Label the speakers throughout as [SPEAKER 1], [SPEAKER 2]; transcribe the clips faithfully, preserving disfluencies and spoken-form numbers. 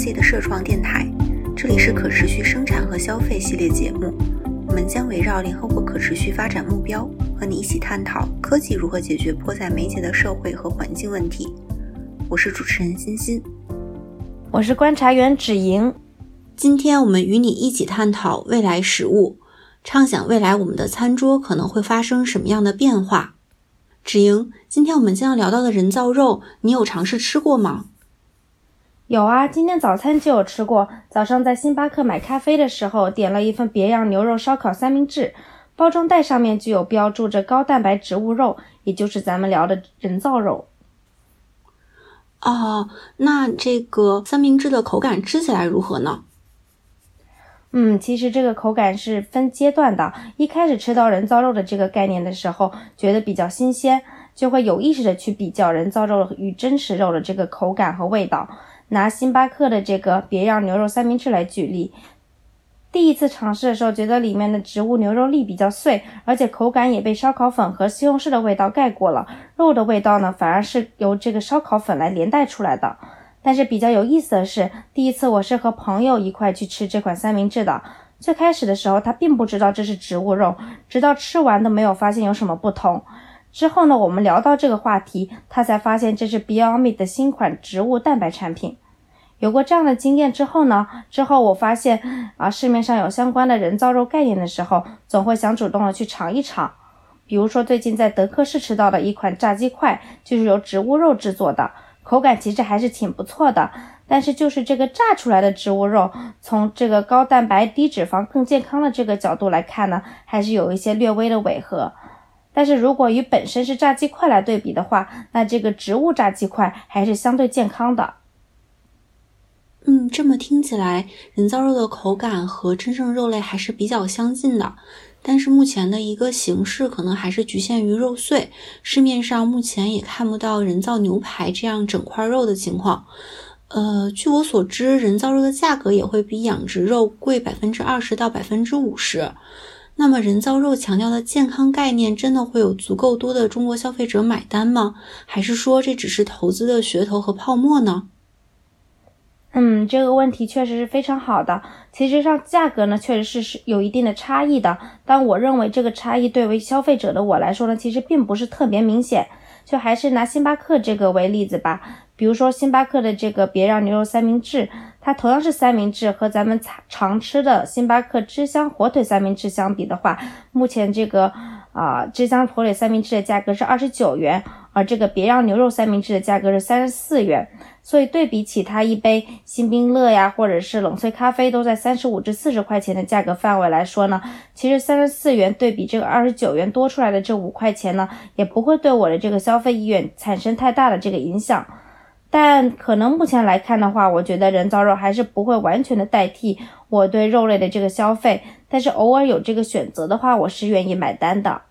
[SPEAKER 1] 界的社创电台，这里是可持续生产和消费系列节目，我们将围绕联合国可持续发展目标，和你一起探讨科技如何解决迫在眉睫的社会和环境问题。我是主持人欣欣，
[SPEAKER 2] 我是观察员芷莹。
[SPEAKER 1] 今天我们与你一起探讨未来食物，畅想未来我们的餐桌可能会发生什么样的变化。芷莹，今天我们将要聊到的人造肉，你有尝试吃过吗？
[SPEAKER 2] 有啊，今天早餐就有吃过。早上在星巴克买咖啡的时候，点了一份别样牛肉烧烤三明治，包装袋上面就有标注着高蛋白植物肉，也就是咱们聊的人造肉。
[SPEAKER 1] 哦，那这个三明治的口感吃起来如何呢？
[SPEAKER 2] 嗯，其实这个口感是分阶段的。一开始吃到人造肉的这个概念的时候，觉得比较新鲜，就会有意识的去比较人造肉与真实肉的这个口感和味道。拿星巴克的这个别样牛肉三明治来举例，第一次尝试的时候，觉得里面的植物牛肉粒比较碎，而且口感也被烧烤粉和西红柿的味道盖过了，肉的味道呢，反而是由这个烧烤粉来连带出来的。但是比较有意思的是，第一次我是和朋友一块去吃这款三明治的。最开始的时候他并不知道这是植物肉，直到吃完都没有发现有什么不同。之后呢，我们聊到这个话题，他才发现这是 Beyond Meat 的新款植物蛋白产品。有过这样的经验之后呢，之后我发现啊，市面上有相关的人造肉概念的时候，总会想主动的去尝一尝。比如说最近在德克士吃到的一款炸鸡块，就是由植物肉制作的，口感其实还是挺不错的，但是就是这个炸出来的植物肉，从这个高蛋白低脂肪更健康的这个角度来看呢，还是有一些略微的违和。但是如果与本身是炸鸡块来对比的话，那这个植物炸鸡块还是相对健康的。
[SPEAKER 1] 嗯，这么听起来，人造肉的口感和真正肉类还是比较相近的。但是目前的一个形式可能还是局限于肉碎，市面上目前也看不到人造牛排这样整块肉的情况。呃，据我所知，人造肉的价格也会比养殖肉贵 百分之二十 到 百分之五十。那么人造肉强调的健康概念真的会有足够多的中国消费者买单吗？还是说这只是投资的噱头和泡沫呢？
[SPEAKER 2] 嗯，这个问题确实是非常好的。其实上价格呢，确实是是有一定的差异的，但我认为这个差异对为消费者的我来说呢，其实并不是特别明显。就还是拿星巴克这个为例子吧，比如说星巴克的这个别样牛肉三明治，它同样是三明治，和咱们常吃的星巴克芝香火腿三明治相比的话，目前这个啊、呃、芝香火腿三明治的价格是二十九元，而这个别样牛肉三明治的价格是三十四元。所以对比起它一杯星冰乐呀，或者是冷萃咖啡都在三十五至四十块钱的价格范围来说呢，其实三十四元对比这个二十九元多出来的这五块钱呢，也不会对我的这个消费意愿产生太大的这个影响。但可能目前来看的话，我觉得人造肉还是不会完全的代替我对肉类的这个消费，但是偶尔有这个选择的话，我是愿意买单的。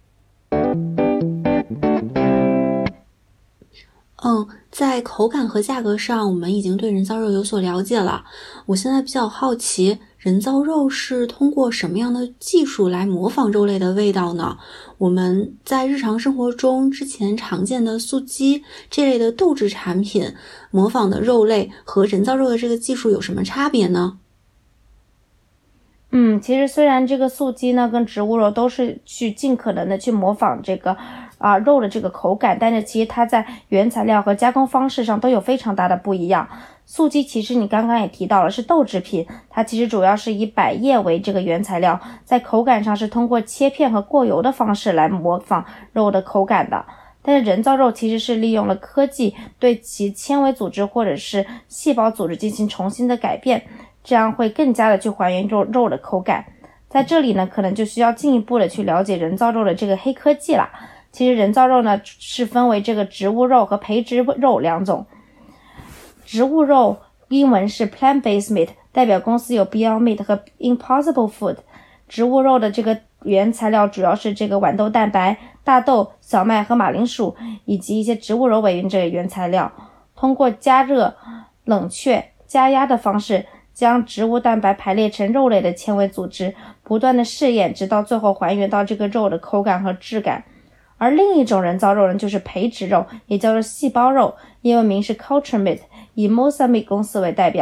[SPEAKER 1] 嗯，在口感和价格上，我们已经对人造肉有所了解了。我现在比较好奇，人造肉是通过什么样的技术来模仿肉类的味道呢？我们在日常生活中之前常见的素鸡这类的豆制产品，模仿的肉类和人造肉的这个技术有什么差别呢？
[SPEAKER 2] 嗯，其实虽然这个素鸡呢跟植物肉都是去尽可能的去模仿这个啊、呃、肉的这个口感，但是其实它在原材料和加工方式上都有非常大的不一样。素鸡其实你刚刚也提到了是豆制品，它其实主要是以百叶为这个原材料，在口感上是通过切片和过油的方式来模仿肉的口感的。但是人造肉其实是利用了科技对其纤维组织或者是细胞组织进行重新的改变，这样会更加的去还原肉肉的口感。在这里呢，可能就需要进一步的去了解人造肉的这个黑科技了。其实人造肉呢是分为这个植物肉和培植肉两种。植物肉英文是 plant-based meat， 代表公司有 Beyond Meat 和 Impossible Food。植物肉的这个原材料主要是这个豌豆蛋白、大豆、小麦和马铃薯，以及一些植物肉为这个原材料。通过加热、冷却、加压的方式，将植物蛋白排列成肉类的纤维组织，不断的试验，直到最后还原到这个肉的口感和质感。而另一种人造肉呢，就是培植肉，也叫做细胞肉，英文名是 culture meat， 以 Mosameat 公司为代表。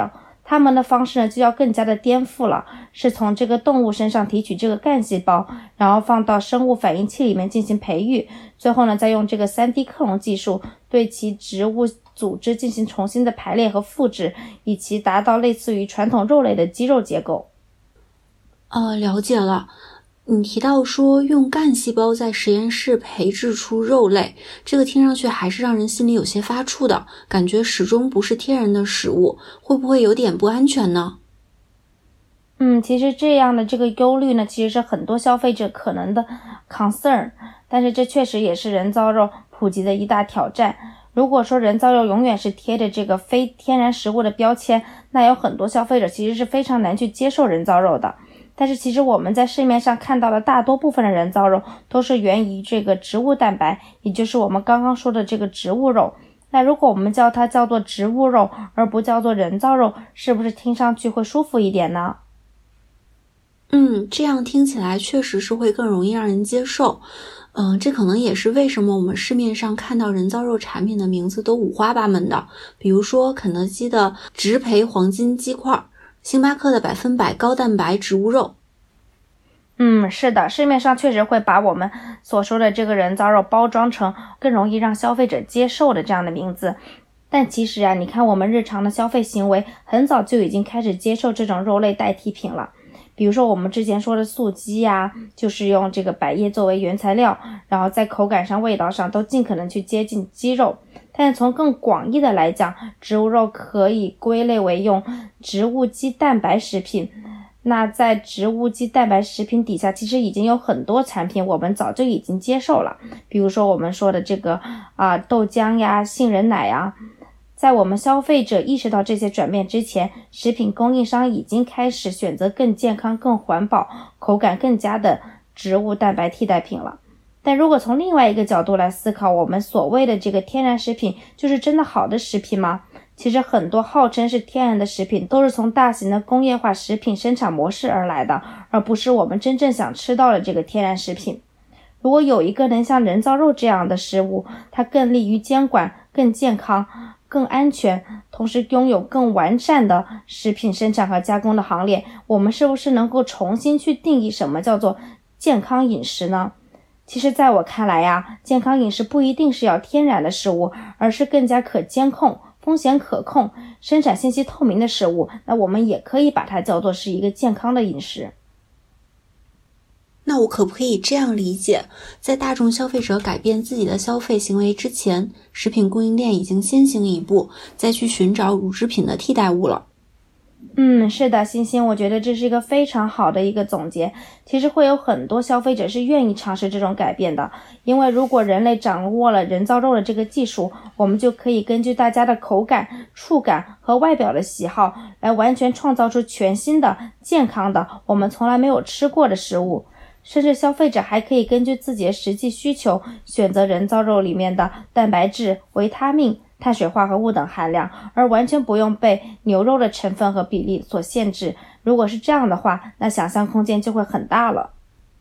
[SPEAKER 2] 他们的方式呢就要更加的颠覆了，是从这个动物身上提取这个干细胞，然后放到生物反应器里面进行培育，最后呢再用这个 三 D 克隆技术对其植物组织进行重新的排列和复制，以其达到类似于传统肉类的肌肉结构。
[SPEAKER 1] 呃，了解了。你提到说用干细胞在实验室培制出肉类，这个听上去还是让人心里有些发怵的，感觉始终不是天然的食物，会不会有点不安全呢？
[SPEAKER 2] 嗯，其实这样的这个忧虑呢，其实是很多消费者可能的 concern， 但是这确实也是人造肉普及的一大挑战。如果说人造肉永远是贴着这个非天然食物的标签，那有很多消费者其实是非常难去接受人造肉的。但是其实我们在市面上看到的大多部分的人造肉都是源于这个植物蛋白，也就是我们刚刚说的这个植物肉。那如果我们叫它叫做植物肉而不叫做人造肉，是不是听上去会舒服一点呢？
[SPEAKER 1] 嗯，这样听起来确实是会更容易让人接受。嗯、呃，这可能也是为什么我们市面上看到人造肉产品的名字都五花八门的，比如说肯德基的植培黄金鸡块，星巴克的百分百高蛋白植物肉。
[SPEAKER 2] 嗯，是的，市面上确实会把我们所说的这个人造肉包装成更容易让消费者接受的这样的名字。但其实啊，你看我们日常的消费行为很早就已经开始接受这种肉类代替品了。比如说我们之前说的素鸡呀、啊，就是用这个百叶作为原材料，然后在口感上、味道上都尽可能去接近鸡肉。但是从更广义的来讲，植物肉可以归类为用植物基蛋白食品。那在植物基蛋白食品底下，其实已经有很多产品我们早就已经接受了，比如说我们说的这个啊豆浆呀、杏仁奶呀。在我们消费者意识到这些转变之前，食品供应商已经开始选择更健康、更环保、口感更佳的植物蛋白替代品了。但如果从另外一个角度来思考，我们所谓的这个天然食品就是真的好的食品吗？其实很多号称是天然的食品都是从大型的工业化食品生产模式而来的，而不是我们真正想吃到的这个天然食品。如果有一个能像人造肉这样的食物，它更利于监管、更健康、更安全，同时拥有更完善的食品生产和加工的行列，我们是不是能够重新去定义什么叫做健康饮食呢？其实在我看来呀，健康饮食不一定是要天然的食物，而是更加可监控、风险可控、生产信息透明的食物，那我们也可以把它叫做是一个健康的饮食。
[SPEAKER 1] 那我可不可以这样理解，在大众消费者改变自己的消费行为之前，食品供应链已经先行一步，再去寻找乳制品的替代物了？
[SPEAKER 2] 嗯，是的，欣欣，我觉得这是一个非常好的一个总结。其实会有很多消费者是愿意尝试这种改变的，因为如果人类掌握了人造肉的这个技术，我们就可以根据大家的口感、触感和外表的喜好，来完全创造出全新的、健康的、我们从来没有吃过的食物。甚至消费者还可以根据自己的实际需求，选择人造肉里面的蛋白质、维他命、碳水化合物等含量，而完全不用被牛肉的成分和比例所限制。如果是这样的话，那想象空间就会很大了。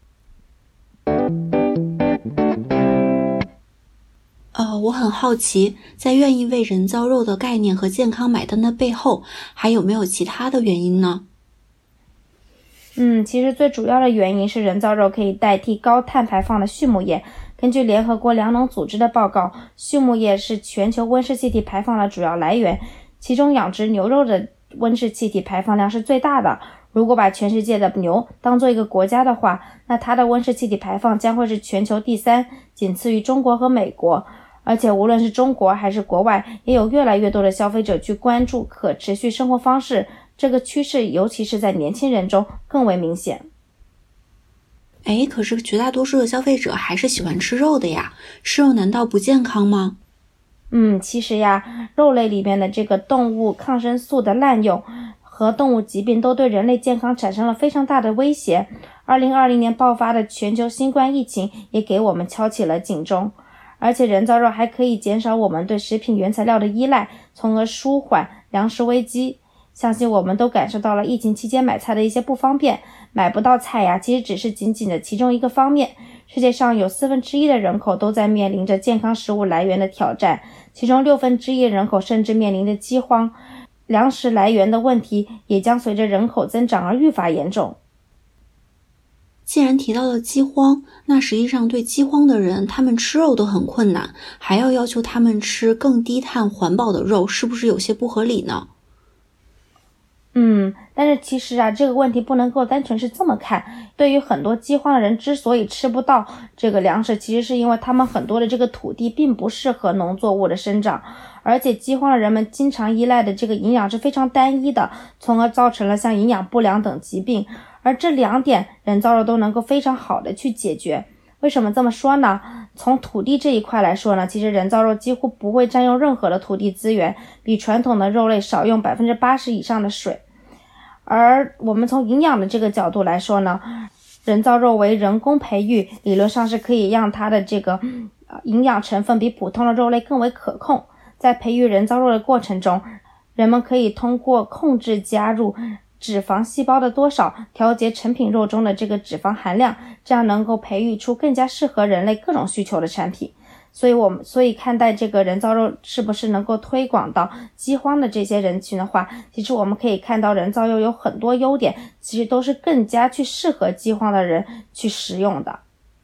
[SPEAKER 1] 呃，我很好奇，在愿意为人造肉的概念和健康买单的背后，还有没有其他的原因呢？
[SPEAKER 2] 嗯，其实最主要的原因是人造肉可以代替高碳排放的畜牧业。根据联合国粮农组织的报告，畜牧业是全球温室气体排放的主要来源，其中养殖牛肉的温室气体排放量是最大的。如果把全世界的牛当做一个国家的话，那它的温室气体排放将会是全球第三，仅次于中国和美国。而且无论是中国还是国外，也有越来越多的消费者去关注可持续生活方式，这个趋势尤其是在年轻人中更为明显。
[SPEAKER 1] 诶，可是绝大多数的消费者还是喜欢吃肉的呀，吃肉难道不健康吗？
[SPEAKER 2] 嗯，其实呀，肉类里面的这个动物抗生素的滥用和动物疾病都对人类健康产生了非常大的威胁。二零二零年爆发的全球新冠疫情也给我们敲起了警钟。而且人造肉还可以减少我们对食品原材料的依赖，从而舒缓粮食危机。相信我们都感受到了疫情期间买菜的一些不方便，买不到菜呀，其实只是仅仅的其中一个方面。世界上有四分之一的人口都在面临着健康食物来源的挑战，其中六分之一人口甚至面临着饥荒。 粮食来源的问题也将随着人口增长而愈发严重。
[SPEAKER 1] 既然提到了饥荒，那实际上对饥荒的人，他们吃肉都很困难，还要要求他们吃更低碳环保的肉，是不是有些不合理呢？
[SPEAKER 2] 嗯，但是其实啊，这个问题不能够单纯是这么看。对于很多饥荒的人之所以吃不到这个粮食，其实是因为他们很多的这个土地并不适合农作物的生长，而且饥荒的人们经常依赖的这个营养是非常单一的，从而造成了像营养不良等疾病。而这两点人造肉都能够非常好的去解决。为什么这么说呢？从土地这一块来说呢，其实人造肉几乎不会占用任何的土地资源，比传统的肉类少用 百分之八十 以上的水。而我们从营养的这个角度来说呢，人造肉为人工培育，理论上是可以让它的这个营养成分比普通的肉类更为可控。在培育人造肉的过程中，人们可以通过控制加入脂肪细胞的多少，调节成品肉中的这个脂肪含量，这样能够培育出更加适合人类各种需求的产品。所以我们所以看待这个人造肉是不是能够推广到饥荒的这些人群的话，其实我们可以看到人造肉有很多优点，其实都是更加去适合饥荒的人去食用的。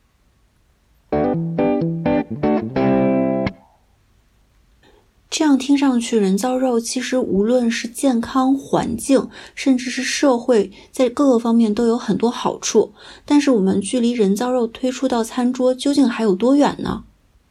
[SPEAKER 1] 这样听上去，人造肉其实无论是健康、环境，甚至是社会，在各个方面都有很多好处。但是我们距离人造肉推出到餐桌究竟还有多远呢？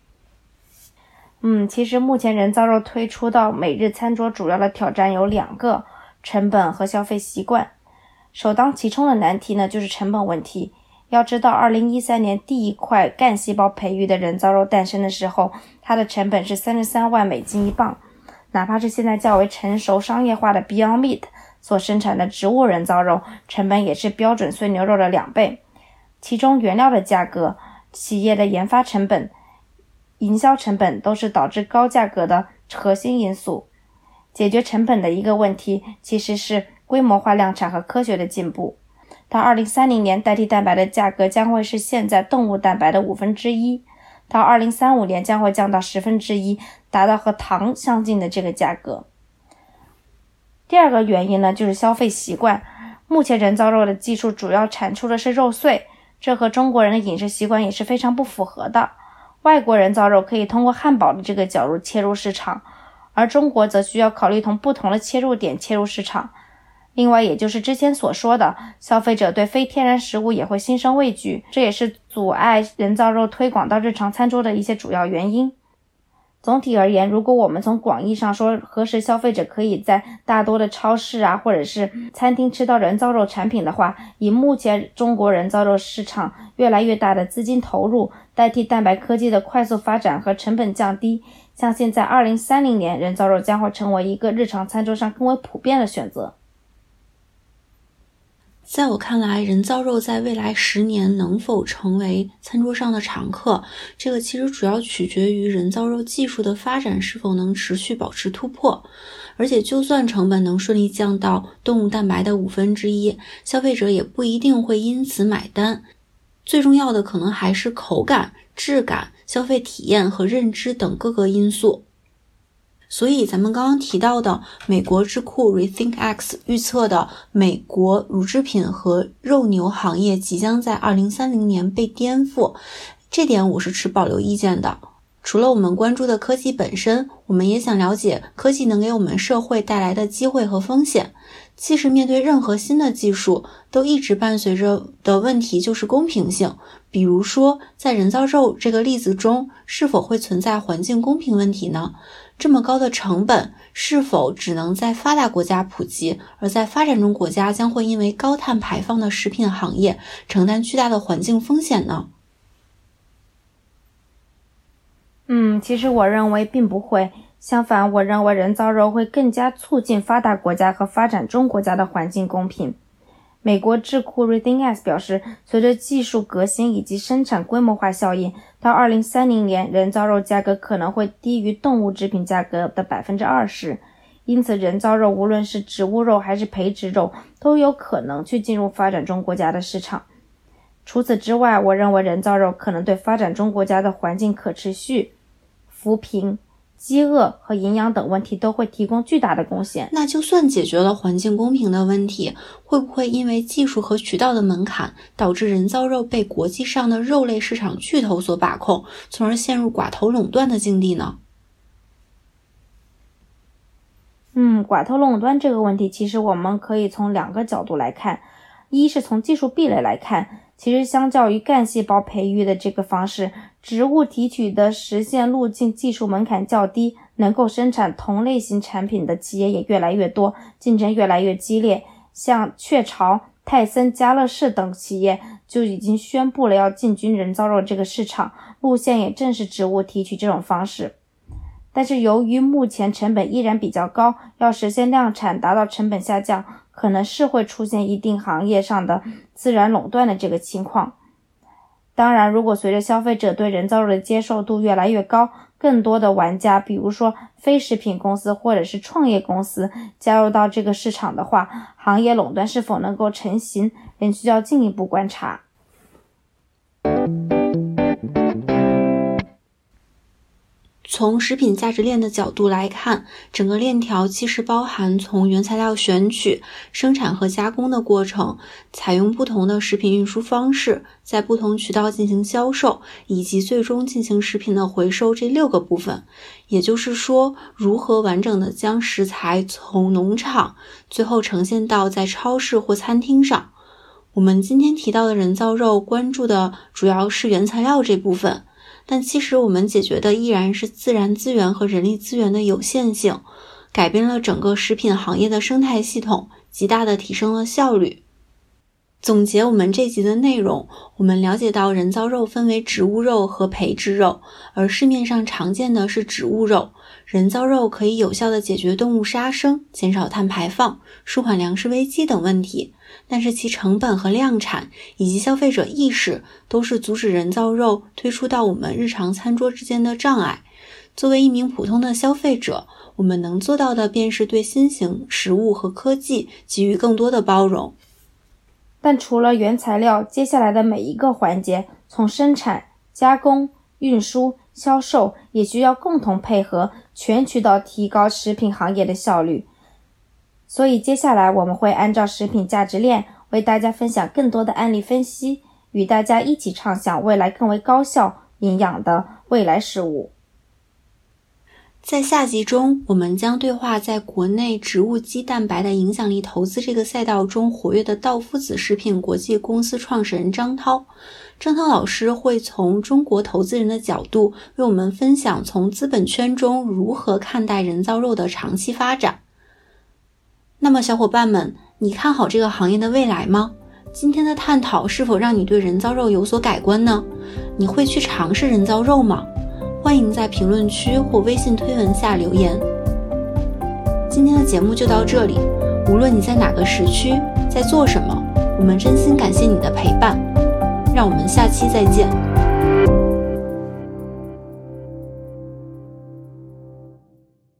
[SPEAKER 2] 嗯，其实目前人造肉推出到每日餐桌主要的挑战有两个，成本和消费习惯。首当其冲的难题呢，就是成本问题。要知道二零一三年第一块干细胞培育的人造肉诞生的时候，它的成本是三十三万美金一磅，哪怕是现在较为成熟商业化的 Beyond Meat 所生产的植物人造肉，成本也是标准碎牛肉的两倍。其中原料的价格、企业的研发成本、营销成本都是导致高价格的核心因素。解决成本的一个问题其实是规模化量产和科学的进步。到二零三零年，代替蛋白的价格将会是现在动物蛋白的五分之一，到二零三五年将会降到十分之一，达到和糖相近的这个价格。第二个原因呢，就是消费习惯。目前人造肉的技术主要产出的是肉碎，这和中国人的饮食习惯也是非常不符合的。外国人造肉可以通过汉堡的这个角度切入市场，而中国则需要考虑从不同的切入点切入市场。另外，也就是之前所说的，消费者对非天然食物也会心生畏惧，这也是阻碍人造肉推广到日常餐桌的一些主要原因。总体而言，如果我们从广义上说，何时消费者可以在大多的超市啊，或者是餐厅吃到人造肉产品的话，以目前中国人造肉市场越来越大的资金投入，代替蛋白科技的快速发展和成本降低，相信在二零三零年，人造肉将会成为一个日常餐桌上更为普遍的选择。
[SPEAKER 1] 在我看来，人造肉在未来十年能否成为餐桌上的常客，这个其实主要取决于人造肉技术的发展是否能持续保持突破。而且就算成本能顺利降到动物蛋白的五分之一，消费者也不一定会因此买单。最重要的可能还是口感、质感、消费体验和认知等各个因素。所以咱们刚刚提到的美国智库 RethinkX 预测的美国乳制品和肉牛行业即将在二零三零年被颠覆，这点我是持保留意见的。除了我们关注的科技本身，我们也想了解科技能给我们社会带来的机会和风险。其实面对任何新的技术，都一直伴随着的问题就是公平性。比如说，在人造肉这个例子中，是否会存在环境公平问题呢？这么高的成本，是否只能在发达国家普及，而在发展中国家将会因为高碳排放的食品行业承担巨大的环境风险呢？
[SPEAKER 2] 嗯，其实我认为并不会。相反，我认为人造肉会更加促进发达国家和发展中国家的环境公平。美国智库 RethinkX 表示，随着技术革新以及生产规模化效应，到二零三零年，人造肉价格可能会低于动物制品价格的 百分之二十。因此，人造肉无论是植物肉还是培植肉，都有可能去进入发展中国家的市场。除此之外，我认为人造肉可能对发展中国家的环境可持续、扶贫、 饥饿和营养等问题都会提供巨大的贡献。
[SPEAKER 1] 那就算解决了环境公平的问题，会不会因为技术和渠道的门槛，导致人造肉被国际上的肉类市场巨头所把控，从而陷入寡头垄断的境地呢？
[SPEAKER 2] 嗯，寡头垄断这个问题，其实我们可以从两个角度来看。一是从技术壁垒来看，其实相较于干细胞培育的这个方式，植物提取的实现路径技术门槛较低，能够生产同类型产品的企业也越来越多，竞争越来越激烈。像雀巢、泰森、家乐氏等企业就已经宣布了要进军人造肉这个市场，路线也正是植物提取这种方式。但是由于目前成本依然比较高，要实现量产达到成本下降，可能是会出现一定行业上的自然垄断的这个情况。当然，如果随着消费者对人造肉的接受度越来越高，更多的玩家，比如说非食品公司或者是创业公司加入到这个市场的话，行业垄断是否能够成型，仍需要进一步观察。
[SPEAKER 1] 从食品价值链的角度来看，整个链条其实包含从原材料选取、生产和加工的过程，采用不同的食品运输方式，在不同渠道进行销售，以及最终进行食品的回收这六个部分。也就是说，如何完整的将食材从农场最后呈现到在超市或餐厅上。我们今天提到的人造肉关注的主要是原材料这部分，但其实我们解决的依然是自然资源和人力资源的有限性，改变了整个食品行业的生态系统，极大的提升了效率。总结我们这集的内容，我们了解到人造肉分为植物肉和培植肉，而市面上常见的是植物肉。人造肉可以有效地解决动物杀生、减少碳排放、舒缓粮食危机等问题，但是其成本和量产以及消费者意识都是阻止人造肉推出到我们日常餐桌之间的障碍。作为一名普通的消费者，我们能做到的便是对新型食物和科技给予更多的包容。
[SPEAKER 2] 但除了原材料，接下来的每一个环节，从生产、加工、运输、销售，也需要共同配合，全渠道提高食品行业的效率。所以接下来我们会按照食品价值链，为大家分享更多的案例分析，与大家一起畅想未来更为高效、营养的未来食物。
[SPEAKER 1] 在下集中，我们将对话在国内植物基蛋白的影响力投资这个赛道中活跃的道夫子食品国际公司创始人张涛。张涛老师会从中国投资人的角度为我们分享从资本圈中如何看待人造肉的长期发展。那么小伙伴们，你看好这个行业的未来吗？今天的探讨是否让你对人造肉有所改观呢？你会去尝试人造肉吗？欢迎在评论区或微信推文下留言。今天的节目就到这里，无论你在哪个时区，在做什么，我们真心感谢你的陪伴。让我们下期再见。